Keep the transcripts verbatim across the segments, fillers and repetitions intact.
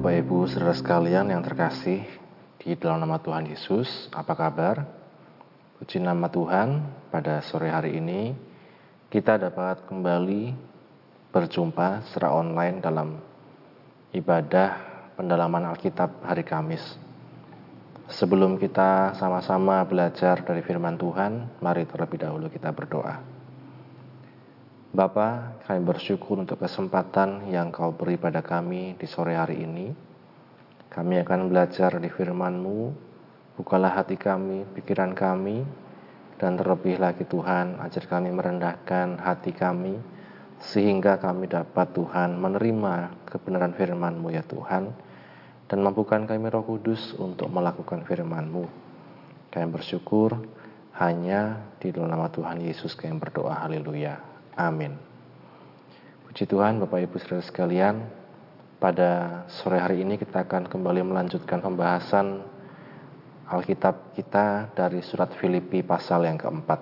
Bapak Ibu saudara sekalian yang terkasih di dalam nama Tuhan Yesus, apa kabar? Puji nama Tuhan, pada sore hari ini kita dapat kembali berjumpa secara online dalam ibadah pendalaman Alkitab hari Kamis. Sebelum kita sama-sama belajar dari firman Tuhan, mari terlebih dahulu kita berdoa. Bapa, kami bersyukur untuk kesempatan yang Kau beri pada kami di sore hari ini. Kami akan belajar di firman-Mu. Bukalah hati kami, pikiran kami, dan terlebih lagi Tuhan, ajar kami merendahkan hati kami, sehingga kami dapat Tuhan menerima kebenaran firman-Mu ya Tuhan, dan mampukan kami Roh Kudus untuk melakukan firman-Mu. Kami bersyukur hanya di dalam nama Tuhan Yesus kami berdoa, haleluya. Amin. Puji Tuhan, Bapak Ibu saudara sekalian, pada sore hari ini kita akan kembali melanjutkan pembahasan Alkitab kita dari surat Filipi pasal yang keempat.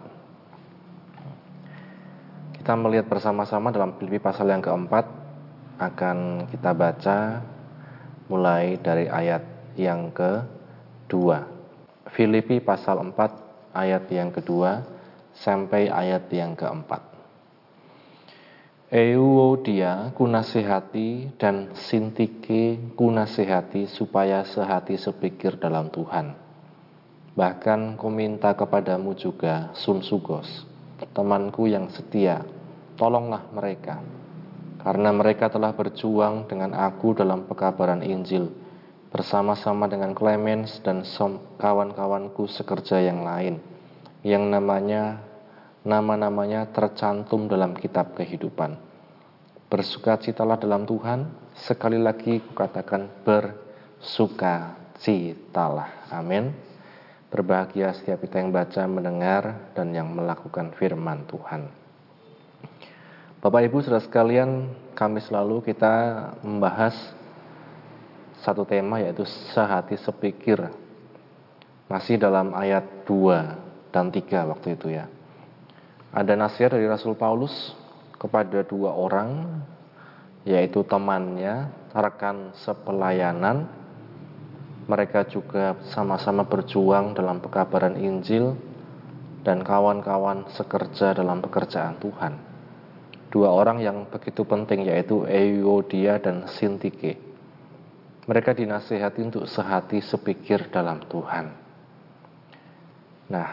Kita melihat bersama-sama dalam Filipi pasal yang keempat, akan kita baca mulai dari ayat yang kedua. Filipi pasal empat ayat yang kedua sampai ayat yang keempat. Euodia kunasihati dan Sintike kunasihati supaya sehati sepikir dalam Tuhan. Bahkan ku minta kepadamu juga, Sunsugos, temanku yang setia, tolonglah mereka, karena mereka telah berjuang dengan aku dalam pekabaran Injil, bersama-sama dengan Clemens dan kawan-kawanku sekerja yang lain, yang namanya nama-namanya tercantum dalam kitab kehidupan. Bersukacitalah dalam Tuhan, sekali lagi kukatakan bersukacitalah. Amin. Berbahagia setiap kita yang baca, mendengar, dan yang melakukan firman Tuhan. Bapak Ibu saudara sekalian, Kamis lalu kita membahas satu tema, yaitu sehati sepikir. Masih dalam ayat dua dan tiga waktu itu ya. Ada nasihat dari Rasul Paulus kepada dua orang, yaitu temannya, rekan sepelayanan. Mereka juga sama-sama berjuang dalam pekabaran Injil dan kawan-kawan sekerja dalam pekerjaan Tuhan. Dua orang yang begitu penting, yaitu Euodia dan Sintike. Mereka dinasihati untuk sehati sepikir dalam Tuhan. Nah,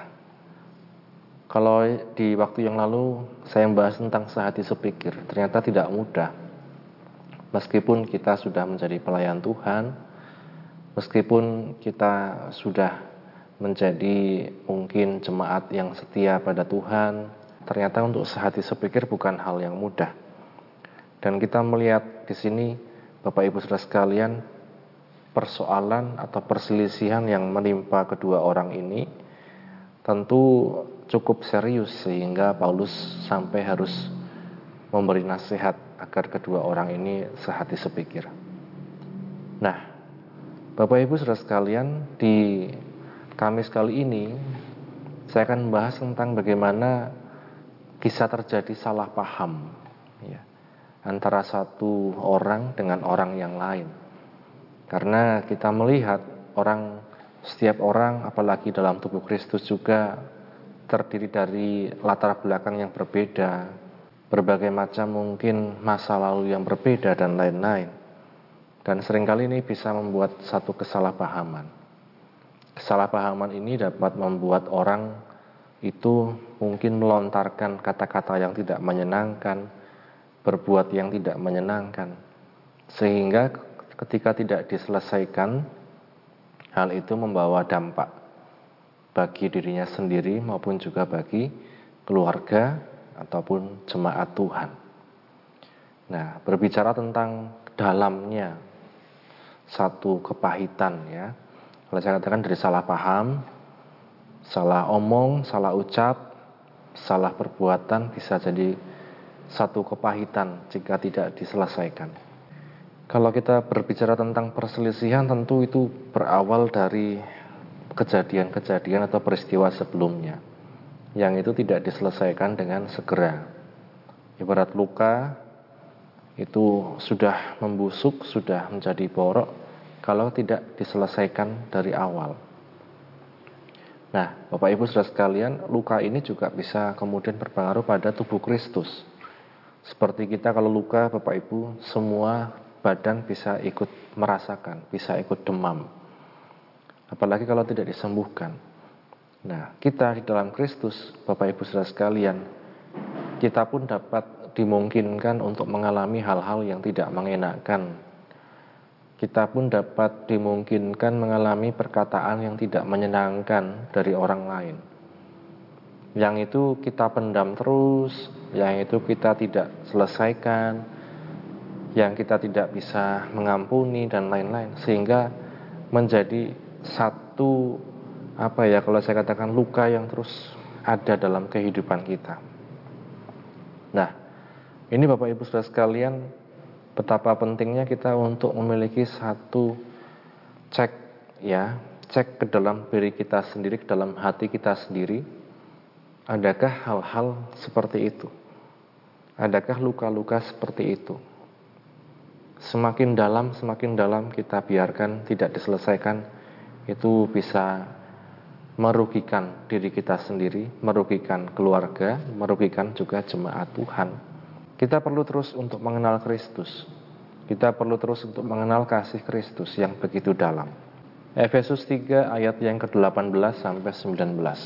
kalau di waktu yang lalu saya membahas tentang sehati sepikir, ternyata tidak mudah. Meskipun kita sudah menjadi pelayan Tuhan, meskipun kita sudah menjadi mungkin jemaat yang setia pada Tuhan, ternyata untuk sehati sepikir bukan hal yang mudah. Dan kita melihat di sini, Bapak Ibu saudara sekalian, persoalan atau perselisihan yang menimpa kedua orang ini tentu cukup serius, sehingga Paulus sampai harus memberi nasihat agar kedua orang ini sehati sepikir. Nah, Bapak Ibu saudara sekalian, di Kamis kali ini saya akan membahas tentang bagaimana bisa terjadi salah paham ya, antara satu orang dengan orang yang lain. Karena kita melihat orang, setiap orang, apalagi dalam tubuh Kristus juga terdiri dari latar belakang yang berbeda, berbagai macam mungkin masa lalu yang berbeda dan lain-lain. Dan seringkali ini bisa membuat satu kesalahpahaman. Kesalahpahaman ini dapat membuat orang itu mungkin melontarkan kata-kata yang tidak menyenangkan, berbuat yang tidak menyenangkan. Sehingga ketika tidak diselesaikan, hal itu membawa dampak bagi dirinya sendiri maupun juga bagi keluarga ataupun jemaat Tuhan. Nah, berbicara tentang dalamnya satu kepahitan ya. Kalau saya katakan dari salah paham, salah omong, salah ucap, salah perbuatan bisa jadi satu kepahitan jika tidak diselesaikan. Kalau kita berbicara tentang perselisihan, tentu itu berawal dari kejadian-kejadian atau peristiwa sebelumnya yang itu tidak diselesaikan dengan segera. Ibarat luka itu sudah membusuk, sudah menjadi borok kalau tidak diselesaikan dari awal. Nah, Bapak Ibu Saudara sekalian, luka ini juga bisa kemudian berpengaruh pada tubuh Kristus. Seperti kita kalau luka, Bapak Ibu, semua badan bisa ikut merasakan, bisa ikut demam. Apalagi kalau tidak disembuhkan. Nah, kita di dalam Kristus, Bapak Ibu Saudara sekalian, kita pun dapat dimungkinkan untuk mengalami hal-hal yang tidak mengenakan. Kita pun dapat dimungkinkan mengalami perkataan yang tidak menyenangkan dari orang lain. Yang itu kita pendam terus, yang itu kita tidak selesaikan, yang kita tidak bisa mengampuni dan lain-lain, sehingga menjadi satu apa ya kalau saya katakan luka yang terus ada dalam kehidupan kita. Nah, ini Bapak Ibu Saudara sekalian, betapa pentingnya kita untuk memiliki satu cek ya, cek ke dalam diri kita sendiri, ke dalam hati kita sendiri. Adakah hal-hal seperti itu? Adakah luka-luka seperti itu? Semakin dalam, semakin dalam kita biarkan tidak diselesaikan, itu bisa merugikan diri kita sendiri, merugikan keluarga, merugikan juga jemaat Tuhan. Kita perlu terus untuk mengenal Kristus. Kita perlu terus untuk mengenal kasih Kristus yang begitu dalam. Efesus tiga ayat yang ke delapan belas sampai sembilan belas.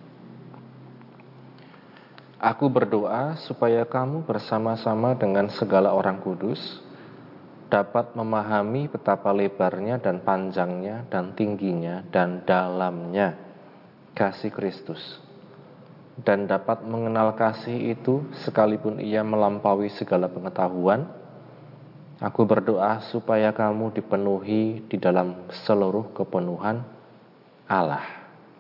Aku berdoa supaya kamu bersama-sama dengan segala orang kudus dapat memahami betapa lebarnya dan panjangnya dan tingginya dan dalamnya kasih Kristus, dan dapat mengenal kasih itu sekalipun ia melampaui segala pengetahuan. Aku berdoa supaya kamu dipenuhi di dalam seluruh kepenuhan Allah.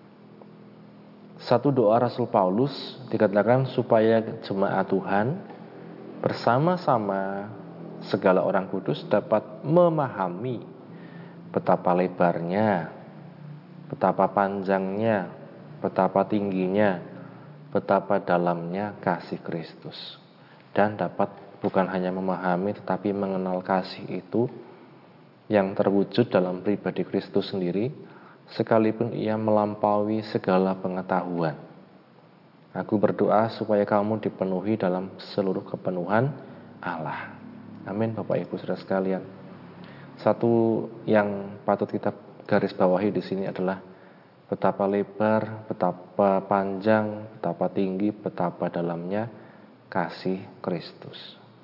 Satu doa Rasul Paulus dikatakan supaya jemaat Tuhan bersama-sama segala orang kudus dapat memahami betapa lebarnya, betapa panjangnya, betapa tingginya, betapa dalamnya kasih Kristus. Dan dapat bukan hanya memahami tetapi mengenal kasih itu yang terwujud dalam pribadi Kristus sendiri, sekalipun ia melampaui segala pengetahuan. Aku berdoa supaya kamu dipenuhi dalam seluruh kepenuhan Allah. Amin Bapak Ibu Saudara sekalian. Satu yang patut kita garis bawahi di sini adalah betapa lebar, betapa panjang, betapa tinggi, betapa dalamnya kasih Kristus.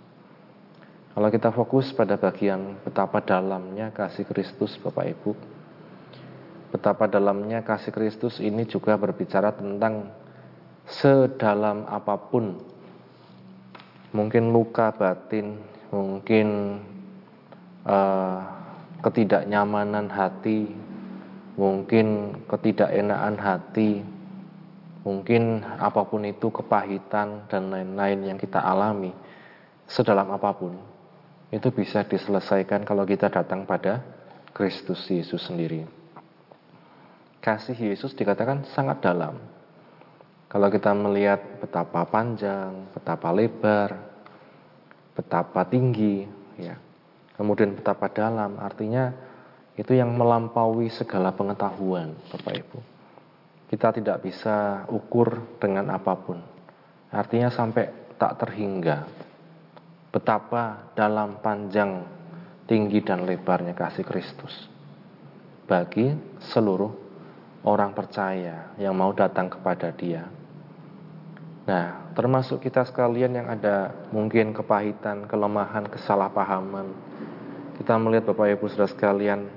Kalau kita fokus pada bagian betapa dalamnya kasih Kristus, Bapak Ibu, betapa dalamnya kasih Kristus ini juga berbicara tentang sedalam apapun, mungkin luka batin, mungkin uh, ketidaknyamanan hati, mungkin ketidakenaan hati, mungkin apapun itu kepahitan dan lain-lain yang kita alami, sedalam apapun itu bisa diselesaikan kalau kita datang pada Kristus Yesus sendiri. Kasih Yesus dikatakan sangat dalam. Kalau kita melihat betapa panjang, betapa lebar, betapa tinggi, ya, kemudian betapa dalam, artinya itu yang melampaui segala pengetahuan, Bapak Ibu. Kita tidak bisa ukur dengan apapun. Artinya sampai tak terhingga betapa dalam, panjang, tinggi dan lebarnya kasih Kristus bagi seluruh orang percaya yang mau datang kepada Dia. Nah, termasuk kita sekalian yang ada mungkin kepahitan, kelemahan, kesalahpahaman. Kita melihat Bapak Ibu Saudara sekalian,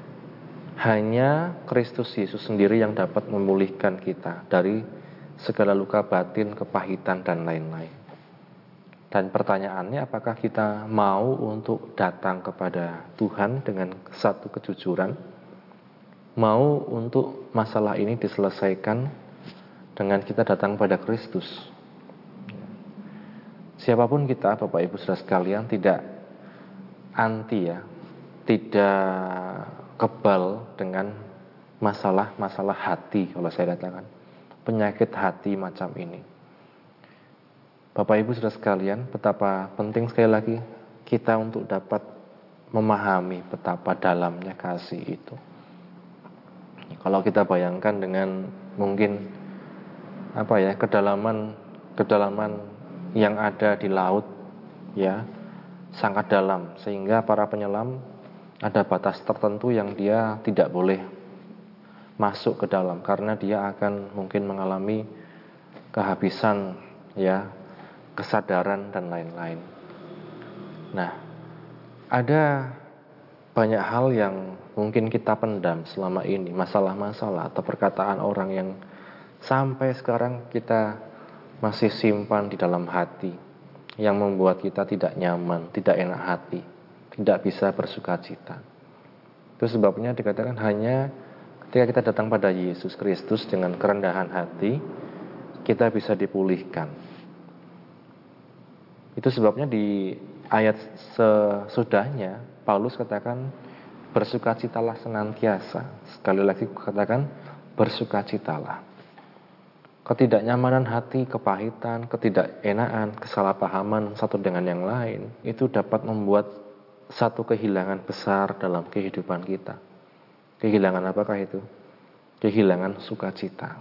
hanya Kristus Yesus sendiri yang dapat memulihkan kita dari segala luka batin, kepahitan dan lain-lain. Dan pertanyaannya, apakah kita mau untuk datang kepada Tuhan dengan satu kejujuran? Mau untuk masalah ini diselesaikan dengan kita datang pada Kristus. Siapapun kita, Bapak Ibu Saudara sekalian, tidak anti ya, tidak kebal dengan masalah-masalah hati, kalau saya katakan penyakit hati macam ini. Bapak Ibu Saudara sekalian, betapa penting sekali lagi kita untuk dapat memahami betapa dalamnya kasih itu. Kalau kita bayangkan dengan mungkin apa ya, kedalaman kedalaman yang ada di laut ya, sangat dalam, sehingga para penyelam ada batas tertentu yang dia tidak boleh masuk ke dalam karena dia akan mungkin mengalami kehabisan ya, kesadaran dan lain-lain. Nah, ada banyak hal yang mungkin kita pendam selama ini, masalah-masalah atau perkataan orang yang sampai sekarang kita masih simpan di dalam hati, yang membuat kita tidak nyaman, tidak enak hati, tidak bisa bersukacita. Itu sebabnya dikatakan hanya ketika kita datang pada Yesus Kristus dengan kerendahan hati, kita bisa dipulihkan. Itu sebabnya di ayat sesudahnya Paulus katakan bersukacitalah senantiasa. Sekali lagi katakan bersukacitalah. Ketidaknyamanan hati, kepahitan, ketidakenaan, kesalahpahaman satu dengan yang lain itu dapat membuat satu kehilangan besar dalam kehidupan kita. Kehilangan apakah itu? Kehilangan sukacita.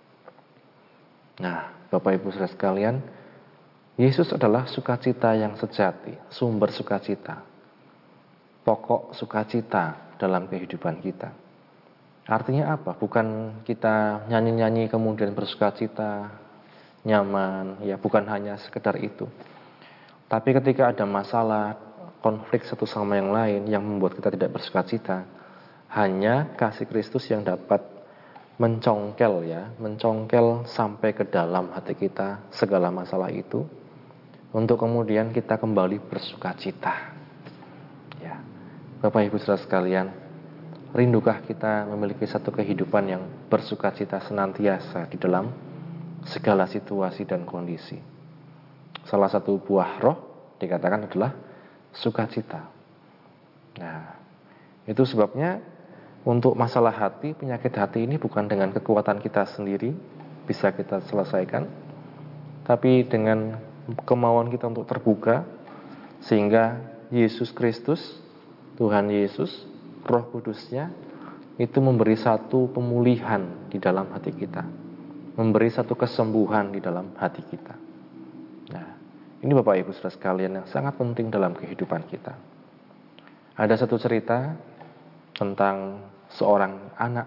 Nah, Bapak Ibu Saudara sekalian, Yesus adalah sukacita yang sejati, sumber sukacita, pokok sukacita dalam kehidupan kita. Artinya apa? Bukan kita nyanyi-nyanyi kemudian bersukacita, nyaman, ya bukan hanya sekedar itu. Tapi ketika ada masalah, konflik satu sama yang lain yang membuat kita tidak bersukacita, hanya kasih Kristus yang dapat mencongkel ya, mencongkel sampai ke dalam hati kita segala masalah itu, untuk kemudian kita kembali bersukacita. Ya, Bapak Ibu Saudara sekalian, rindukah kita memiliki satu kehidupan yang bersukacita senantiasa di dalam segala situasi dan kondisi? Salah satu buah roh dikatakan adalah sukacita. Nah, itu sebabnya untuk masalah hati, penyakit hati ini bukan dengan kekuatan kita sendiri bisa kita selesaikan, tapi dengan kemauan kita untuk terbuka, sehingga Yesus Kristus, Tuhan Yesus, Roh Kudusnya itu memberi satu pemulihan di dalam hati kita, memberi satu kesembuhan di dalam hati kita. Nah, ini Bapak Ibu Saudara sekalian yang sangat penting dalam kehidupan kita. Ada satu cerita tentang seorang anak,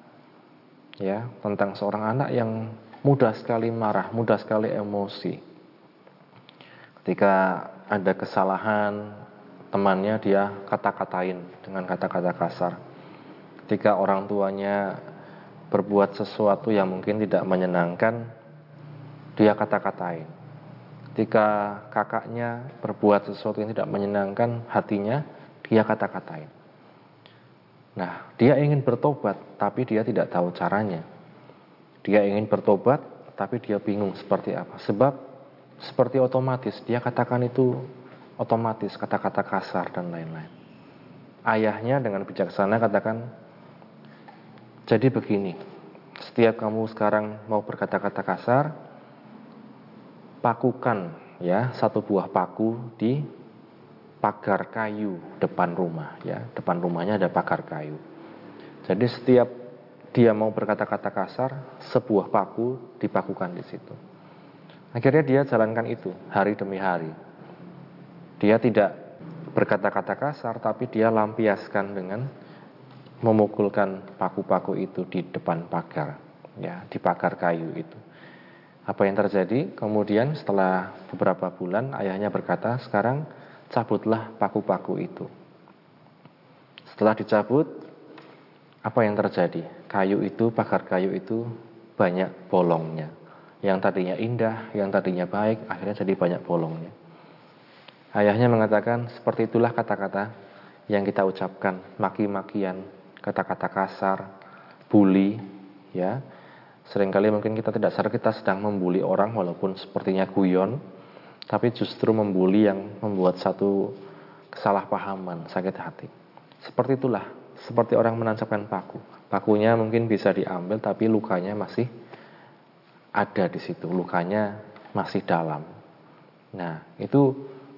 ya, tentang seorang anak yang mudah sekali marah, mudah sekali emosi. Ketika ada kesalahan temannya, dia kata-katain dengan kata-kata kasar. Ketika orang tuanya berbuat sesuatu yang mungkin tidak menyenangkan, dia kata-katain. Ketika kakaknya berbuat sesuatu yang tidak menyenangkan hatinya, dia kata-katain. Nah, dia ingin bertobat, tapi dia tidak tahu caranya. Dia ingin bertobat, tapi dia bingung seperti apa. Sebab seperti otomatis, dia katakan itu otomatis, kata-kata kasar dan lain-lain. Ayahnya dengan bijaksana katakan, jadi begini, setiap kamu sekarang mau berkata-kata kasar, pakukan ya satu buah paku di pagar kayu depan rumah ya, depan rumahnya ada pagar kayu. Jadi setiap dia mau berkata-kata kasar, sebuah paku dipakukan di situ. Akhirnya dia jalankan itu hari demi hari. Dia tidak berkata-kata kasar, tapi dia lampiaskan dengan memukulkan paku-paku itu di depan pagar ya, di pagar kayu itu. Apa yang terjadi? Kemudian setelah beberapa bulan ayahnya berkata, sekarang cabutlah paku-paku itu. Setelah dicabut, apa yang terjadi? Kayu itu, pagar kayu itu banyak bolongnya. Yang tadinya indah, yang tadinya baik, akhirnya jadi banyak bolongnya. Ayahnya mengatakan, seperti itulah kata-kata yang kita ucapkan, maki-makian, kata-kata kasar, bully, ya. Seringkali mungkin kita tidak sadar kita sedang membuli orang walaupun sepertinya guyon, tapi justru membuli yang membuat satu kesalahpahaman, sakit hati. Seperti itulah, seperti orang menancapkan paku. Pakunya mungkin bisa diambil, tapi lukanya masih ada di situ, lukanya masih dalam. Nah, itu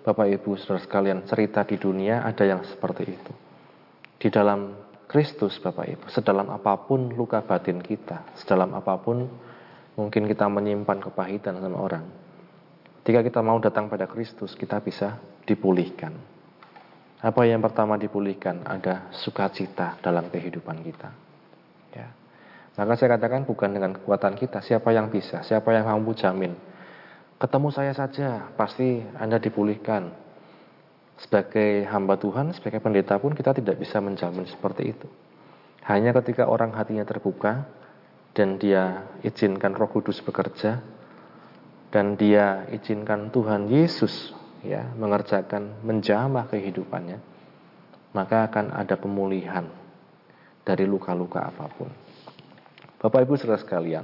Bapak Ibu saudara sekalian, cerita di dunia ada yang seperti itu. Di dalam Kristus Bapak Ibu, sedalam apapun luka batin kita, sedalam apapun mungkin kita menyimpan kepahitan sama orang, ketika kita mau datang pada Kristus, kita bisa dipulihkan. Apa yang pertama dipulihkan? Ada sukacita dalam kehidupan kita. Ya. Maka saya katakan bukan dengan kekuatan kita. Siapa yang bisa? Siapa yang mampu jamin? Ketemu saya saja, pasti Anda dipulihkan. Sebagai hamba Tuhan, sebagai pendeta pun kita tidak bisa menjamin seperti itu. Hanya ketika orang hatinya terbuka dan dia izinkan Roh Kudus bekerja, dan dia izinkan Tuhan Yesus ya mengerjakan, menjamah kehidupannya, maka akan ada pemulihan dari luka-luka apapun. Bapak Ibu saudara sekalian,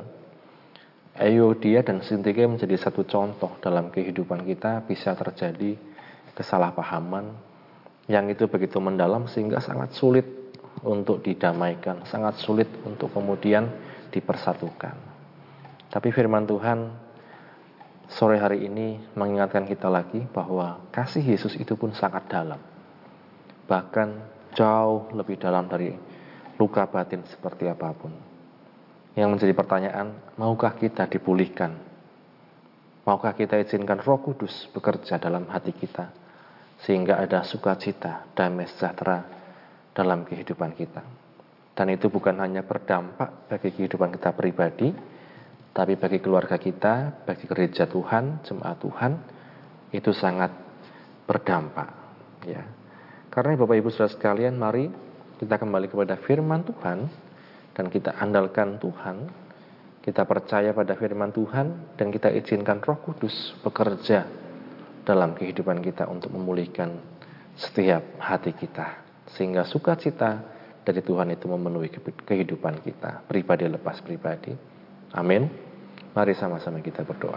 Euodia dan Sintika menjadi satu contoh dalam kehidupan kita. Bisa terjadi kesalahpahaman yang itu begitu mendalam sehingga sangat sulit untuk didamaikan, sangat sulit untuk kemudian dipersatukan. Tapi firman Tuhan sore hari ini mengingatkan kita lagi bahwa kasih Yesus itu pun sangat dalam, bahkan jauh lebih dalam dari luka batin seperti apapun. Yang menjadi pertanyaan, maukah kita dipulihkan? Maukah kita izinkan Roh Kudus bekerja dalam hati kita, sehingga ada sukacita, damai sejahtera dalam kehidupan kita. Dan itu bukan hanya berdampak bagi kehidupan kita pribadi, tapi bagi keluarga kita, bagi gereja Tuhan, jemaat Tuhan, itu sangat berdampak. Ya. Karena Bapak Ibu saudara sekalian, mari kita kembali kepada firman Tuhan, dan kita andalkan Tuhan, kita percaya pada firman Tuhan, dan kita izinkan Roh Kudus bekerja dalam kehidupan kita untuk memulihkan setiap hati kita, sehingga sukacita dari Tuhan itu memenuhi kehidupan kita, pribadi lepas pribadi. Amin. Mari sama-sama kita berdoa.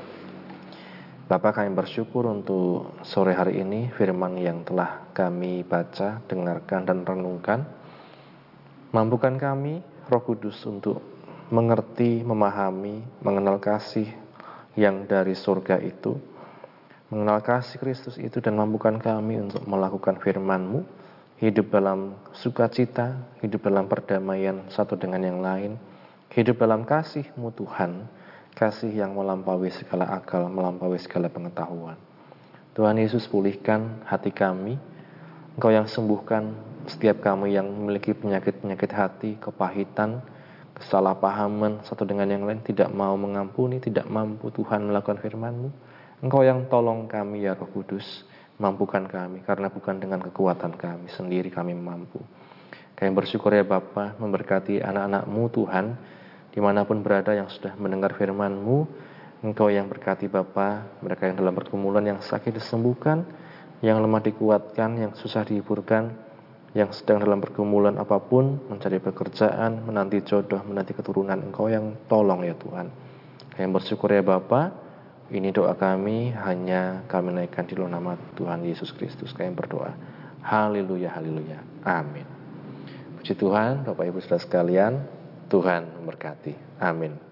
Bapa, kami bersyukur untuk sore hari ini, firman yang telah kami baca, dengarkan, dan renungkan. Mampukan kami, Roh Kudus, untuk mengerti, memahami, mengenal kasih yang dari surga itu, mengenal kasih Kristus itu, dan mampukan kami untuk melakukan firman-Mu, hidup dalam sukacita, hidup dalam perdamaian satu dengan yang lain, hidup dalam kasih-Mu Tuhan, kasih yang melampaui segala akal, melampaui segala pengetahuan. Tuhan Yesus, pulihkan hati kami, Engkau yang sembuhkan setiap kami yang memiliki penyakit-penyakit hati, kepahitan, kesalahpahaman satu dengan yang lain, tidak mau mengampuni, tidak mampu Tuhan melakukan firman-Mu. Engkau yang tolong kami ya Roh Kudus, mampukan kami, karena bukan dengan kekuatan kami sendiri kami mampu. Kami bersyukur ya Bapa, memberkati anak-anak-Mu Tuhan, dimanapun berada yang sudah mendengar firman-Mu. Engkau yang berkati Bapa, mereka yang dalam pergumulan, yang sakit disembuhkan, yang lemah dikuatkan, yang susah dihiburkan, yang sedang dalam pergumulan apapun, mencari pekerjaan, menanti jodoh, menanti keturunan, Engkau yang tolong ya Tuhan. Kami bersyukur ya Bapa, ini doa kami, hanya kami naikkan di dalam nama Tuhan Yesus Kristus. Kami berdoa, haleluya, haleluya, amin. Puji Tuhan, Bapak Ibu saudara sekalian, Tuhan memberkati, amin.